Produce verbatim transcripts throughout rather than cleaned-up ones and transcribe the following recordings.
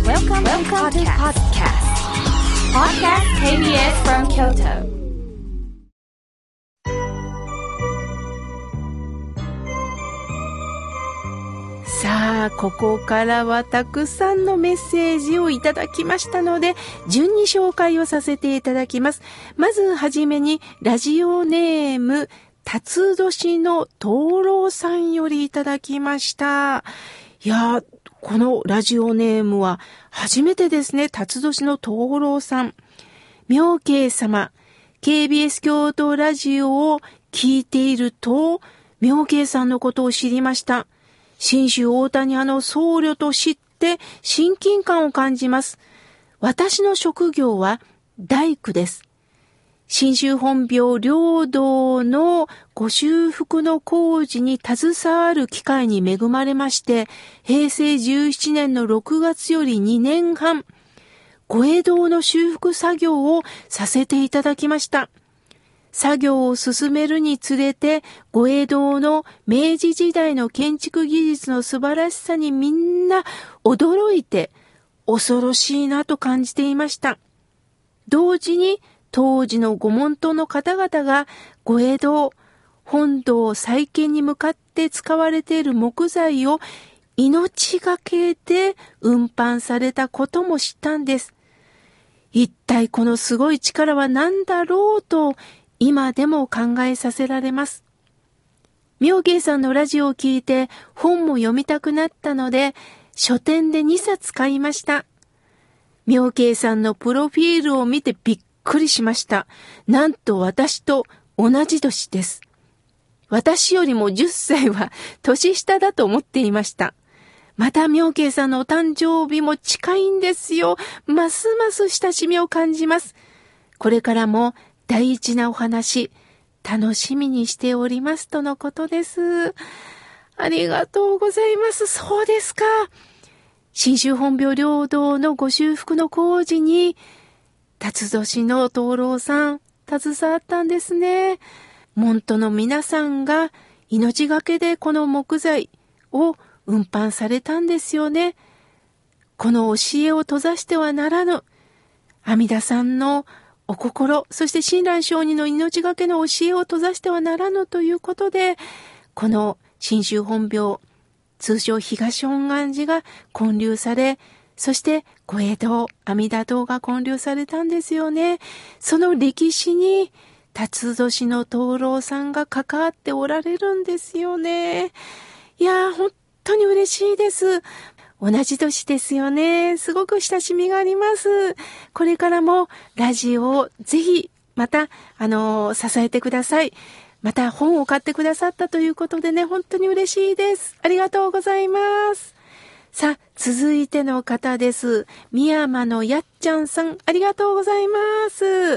Welcome, Welcome to podcast. Podcast ケービーエス from Kyoto. さあ、ここからはたくさんのメッセージをいただきましたので、順に紹介をさせていただきます。まずはじめに、ラジオネーム、辰年の灯籠さんよりいただきました。いや、このラジオネームは初めてですね。辰年の灯籠さん。妙慶様、ケービーエス 京都ラジオを聞いていると、妙慶さんのことを知りました。信州大谷派の僧侶と知って親近感を感じます。私の職業は大工です。信州本廟両堂のご修復の工事に携わる機会に恵まれまして、へいせいじゅうななねんのろくがつよりにねんはん、御影堂の修復作業をさせていただきました。作業を進めるにつれて、御影堂の明治時代の建築技術の素晴らしさにみんな驚いて、恐ろしいなと感じていました。同時に、当時の御門徒の方々が御影堂、本堂再建に向かって使われている木材を命がけで運搬されたことも知ったんです。一体このすごい力は何だろうと、今でも考えさせられます。妙慶さんのラジオを聞いて本も読みたくなったので、書店でにさつ買いました。妙慶さんのプロフィールを見てびっくりしました。なんと私と同じ年です。私よりもじゅっさいは年下だと思っていました。また妙慶さんのお誕生日も近いんですよ。ますます親しみを感じます。これからも大事なお話、楽しみにしておりますとのことです。ありがとうございます。そうですか。信州本廟両堂のご修復の工事に、辰年の灯籠さん、携わったんですね。門徒の皆さんが命がけでこの木材を運搬されたんですよね。この教えを閉ざしてはならぬ。阿弥陀さんのお心、そして親鸞上人の命がけの教えを閉ざしてはならぬということで、この信州本廟、通称東本願寺が建立され、そして御影堂、阿弥陀堂が建立されたんですよね。その歴史に辰年の灯籠さんが関わっておられるんですよね。いやー、本当に嬉しいです。同じ年ですよね。すごく親しみがあります。これからもラジオをぜひまた、あのー、支えてください。また本を買ってくださったということでね、本当に嬉しいです。ありがとうございます。さあ、続いての方です。宮山のやっちゃんさん、ありがとうございます。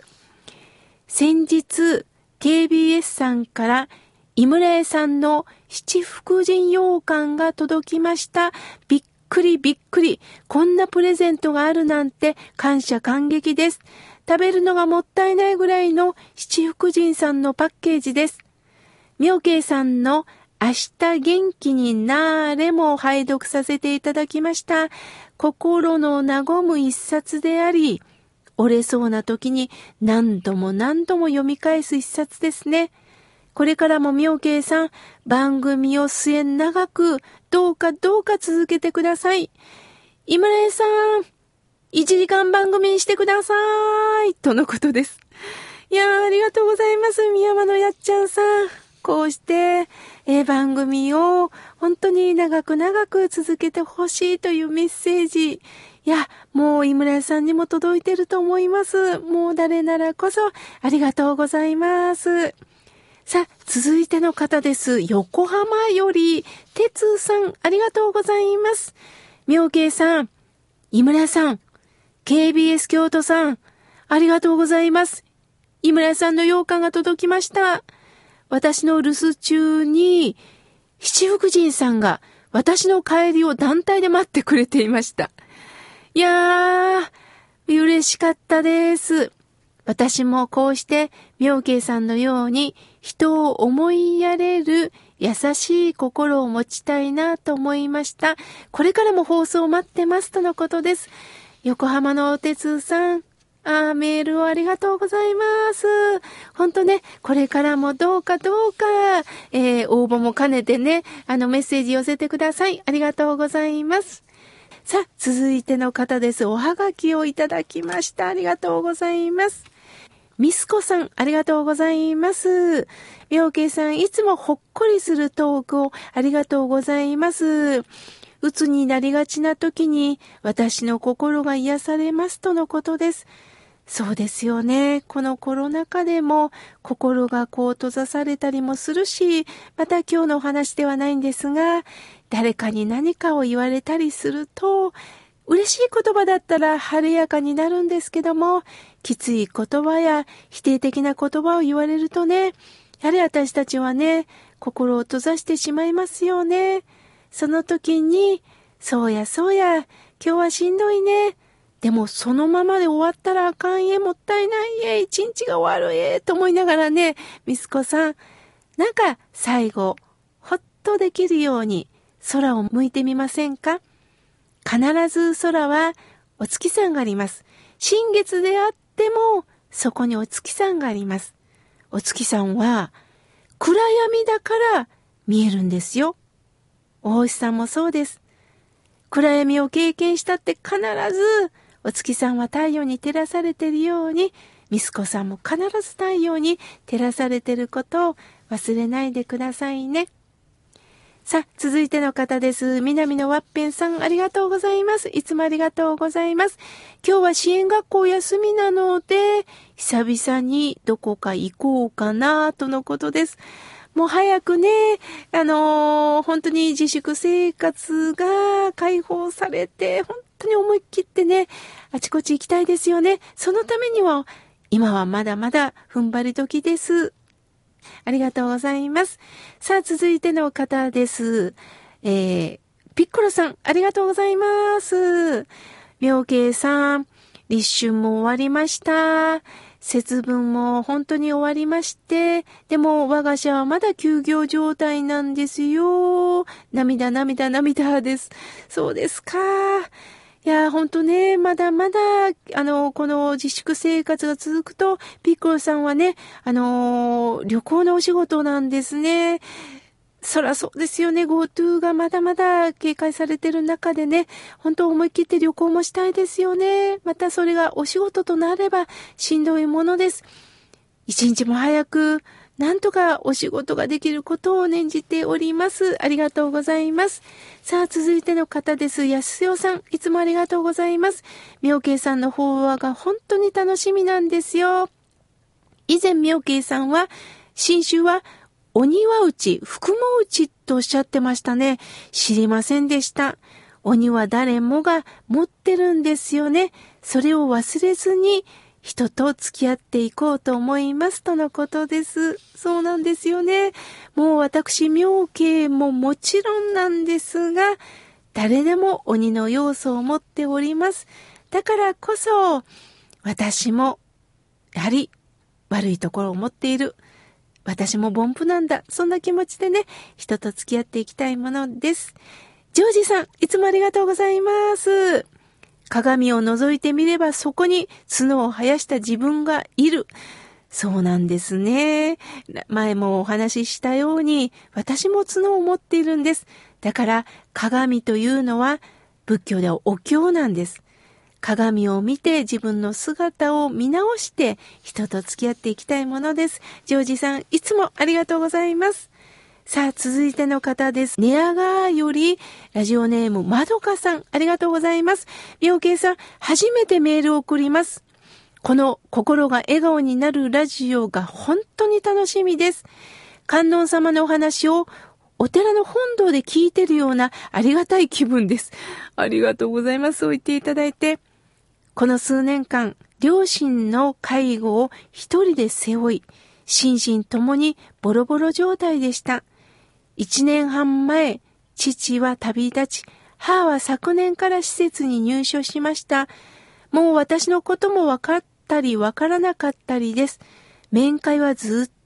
先日、ケービーエス さんから井村屋さんの七福神羊羹が届きました。びっびっくりびっくり。こんなプレゼントがあるなんて感謝感激です。食べるのがもったいないぐらいの七福神さんのパッケージです。妙慶さんの明日元気になーれも拝読させていただきました。心の和む一冊であり、折れそうな時に何度も何度も読み返す一冊ですね。これからも妙慶さん、番組を末長く、どうかどうか続けてください。井村屋さん、いちじかん番組にしてください。とのことです。いやー、ありがとうございます。宮山のやっちゃんさん。こうして、えー、番組を本当に長く長く続けてほしいというメッセージ。いや、もう井村屋さんにも届いてると思います。もう誰ならこそありがとうございます。さあ、続いての方です。横浜より、哲さん、ありがとうございます。妙慶さん、井村さん、ケービーエス 京都さん、ありがとうございます。井村さんの羊羹が届きました。私の留守中に、七福神さんが私の帰りを団体で待ってくれていました。いやー、嬉しかったです。私もこうして妙慶さんのように人を思いやれる優しい心を持ちたいなと思いました。これからも放送を待ってますとのことです。横浜のおてつさん、あメールをありがとうございます。本当ね、これからもどうかどうか、えー、応募も兼ねてね、あのメッセージ寄せてください。ありがとうございます。さあ、続いての方です。おはがきをいただきました。ありがとうございます。ミスコさん、ありがとうございます。妙慶さん、いつもほっこりするトークをありがとうございます。鬱になりがちな時に私の心が癒されますとのことです。そうですよね。このコロナ禍でも心がこう閉ざされたりもするし、また今日のお話ではないんですが、誰かに何かを言われたりすると、嬉しい言葉だったら晴れやかになるんですけども、きつい言葉や否定的な言葉を言われるとね、やはり私たちはね、心を閉ざしてしまいますよね。その時に、そうやそうや、今日はしんどいね。でもそのままで終わったらあかんえ、もったいないえ、一日が終わるえ、と思いながらね、ミスコさん、なんか最後、ほっとできるように空を向いてみませんか？必ず空はお月さんがあります。新月であっても、そこにお月さんがあります。お月さんは暗闇だから見えるんですよ。お星さんもそうです。暗闇を経験したって必ずお月さんは太陽に照らされているように、ミスコさんも必ず太陽に照らされていることを忘れないでくださいね。さあ、続いての方です。南のワッペンさん、ありがとうございます。いつもありがとうございます。今日は支援学校休みなので、久々にどこか行こうかな、とのことです。もう早くね、あのー、本当に自粛生活が解放されて、本当に思い切ってね、あちこち行きたいですよね。そのためには、今はまだまだ踏ん張り時です。ありがとうございます。さあ、続いての方です。えー、ピッコロさん、ありがとうございます。妙慶さん、立春も終わりました。節分も本当に終わりまして、でも我が社はまだ休業状態なんですよ。涙涙涙です。そうですか。いや、ほんとね、まだまだ、あの、この自粛生活が続くと、ピッコロさんはね、あの、旅行のお仕事なんですね。そらそうですよね。GoTo がまだまだ警戒されてる中でね、本当思い切って旅行もしたいですよね。またそれがお仕事となればしんどいものです。一日も早く、なんとかお仕事ができることを念じております。ありがとうございます。さあ、続いての方です。安代さん、いつもありがとうございます。妙慶さんの法話が本当に楽しみなんですよ。以前妙慶さんは、新種はお庭打ち、福も打ちとおっしゃってましたね。知りませんでした。鬼は誰もが持ってるんですよね。それを忘れずに、人と付き合っていこうと思いますとのことです。そうなんですよね。もう私、妙慶ももちろんなんですが、誰でも鬼の要素を持っております。だからこそ、私も、やはり悪いところを持っている。私も凡夫なんだ。そんな気持ちでね、人と付き合っていきたいものです。ジョージさん、いつもありがとうございます。鏡を覗いてみればそこに角を生やした自分がいる。そうなんですね。前もお話ししたように私も角を持っているんです。だから鏡というのは仏教ではお経なんです。鏡を見て自分の姿を見直して人と付き合っていきたいものです。ジョージさん、いつもありがとうございます。さあ、続いての方です。寝屋川より、ラジオネーム、まどかさん、ありがとうございます。妙慶さん、初めてメールを送ります。この心が笑顔になるラジオが本当に楽しみです。観音様のお話をお寺の本堂で聞いてるようなありがたい気分です。ありがとうございます。そう言っていただいて。この数年間、両親の介護を一人で背負い、心身ともにボロボロ状態でした。一年半前、父は旅立ち、母は昨年から施設に入所しました。もう私のことも分かったり分からなかったりです。面会はずっ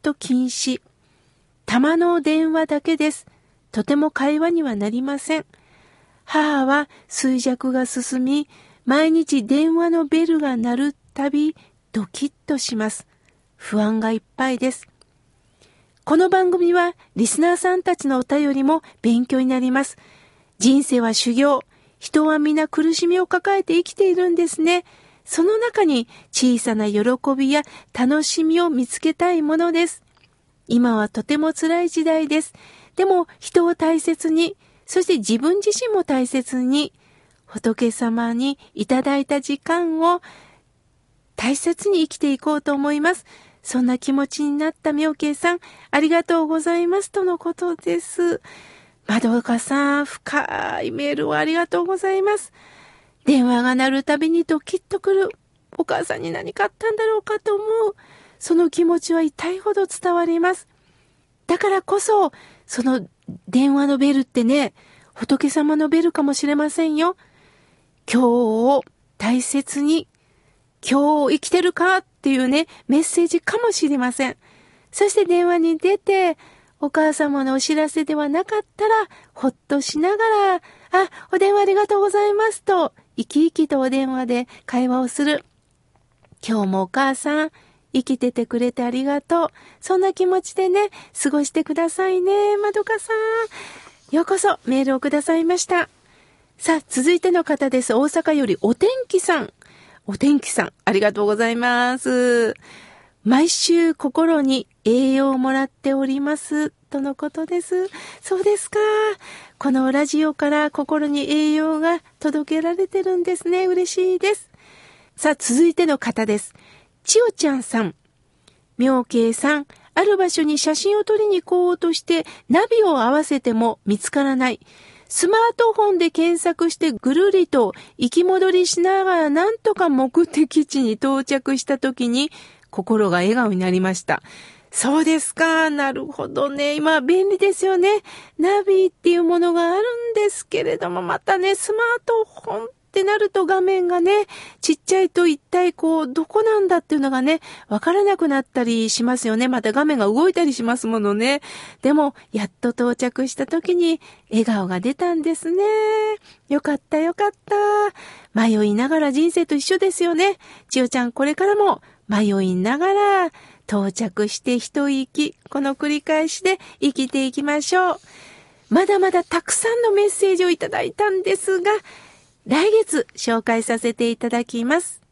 ト禁止。たまの電話だけです。とても会話にはなりません。母は衰弱が進み、毎日電話のベルが鳴るたびドキッとします。不安がいっぱいです。この番組はリスナーさんたちのお便りも勉強になります。人生は修行。人は皆苦しみを抱えて生きているんですね。その中に小さな喜びや楽しみを見つけたいものです。今はとても辛い時代です。でも人を大切に、そして自分自身も大切に、仏様にいただいた時間を大切に生きていこうと思います。そんな気持ちになった妙慶さん、ありがとうございますとのことです。まどかさん、深いメールをありがとうございます。電話が鳴るたびにドキッとくる。お母さんに何かあったんだろうかと思う。その気持ちは痛いほど伝わります。だからこそ、その電話のベルってね、仏様のベルかもしれませんよ。今日を大切に、今日生きてるかっていうね、メッセージかもしれません。そして電話に出て、お母様のお知らせではなかったら、ほっとしながら、あ、お電話ありがとうございますと、生き生きとお電話で会話をする。今日もお母さん、生きててくれてありがとう。そんな気持ちでね、過ごしてくださいね。まどかさん、ようこそメールをくださいました。さあ、続いての方です。大阪よりお天気さん。お天気さん、ありがとうございます。毎週心に栄養をもらっております。とのことです。そうですか。このラジオから心に栄養が届けられてるんですね。嬉しいです。さあ、続いての方です。千代ちゃんさん。妙慶さん、ある場所に写真を撮りに行こうとしてナビを合わせても見つからない。スマートフォンで検索してぐるりと行き戻りしながらなんとか目的地に到着した時に心が笑顔になりました。そうですか。なるほどね。今便利ですよね。ナビっていうものがあるんですけれども、またね、スマートフォンってなると画面がね、ちっちゃいと一体こう、どこなんだっていうのがね、わからなくなったりしますよね。また画面が動いたりしますものね。でも、やっと到着した時に笑顔が出たんですね。よかったよかった。迷いながら人生と一緒ですよね。千代ちゃん、これからも迷いながら到着して一息、この繰り返しで生きていきましょう。まだまだたくさんのメッセージをいただいたんですが、来月紹介させていただきます。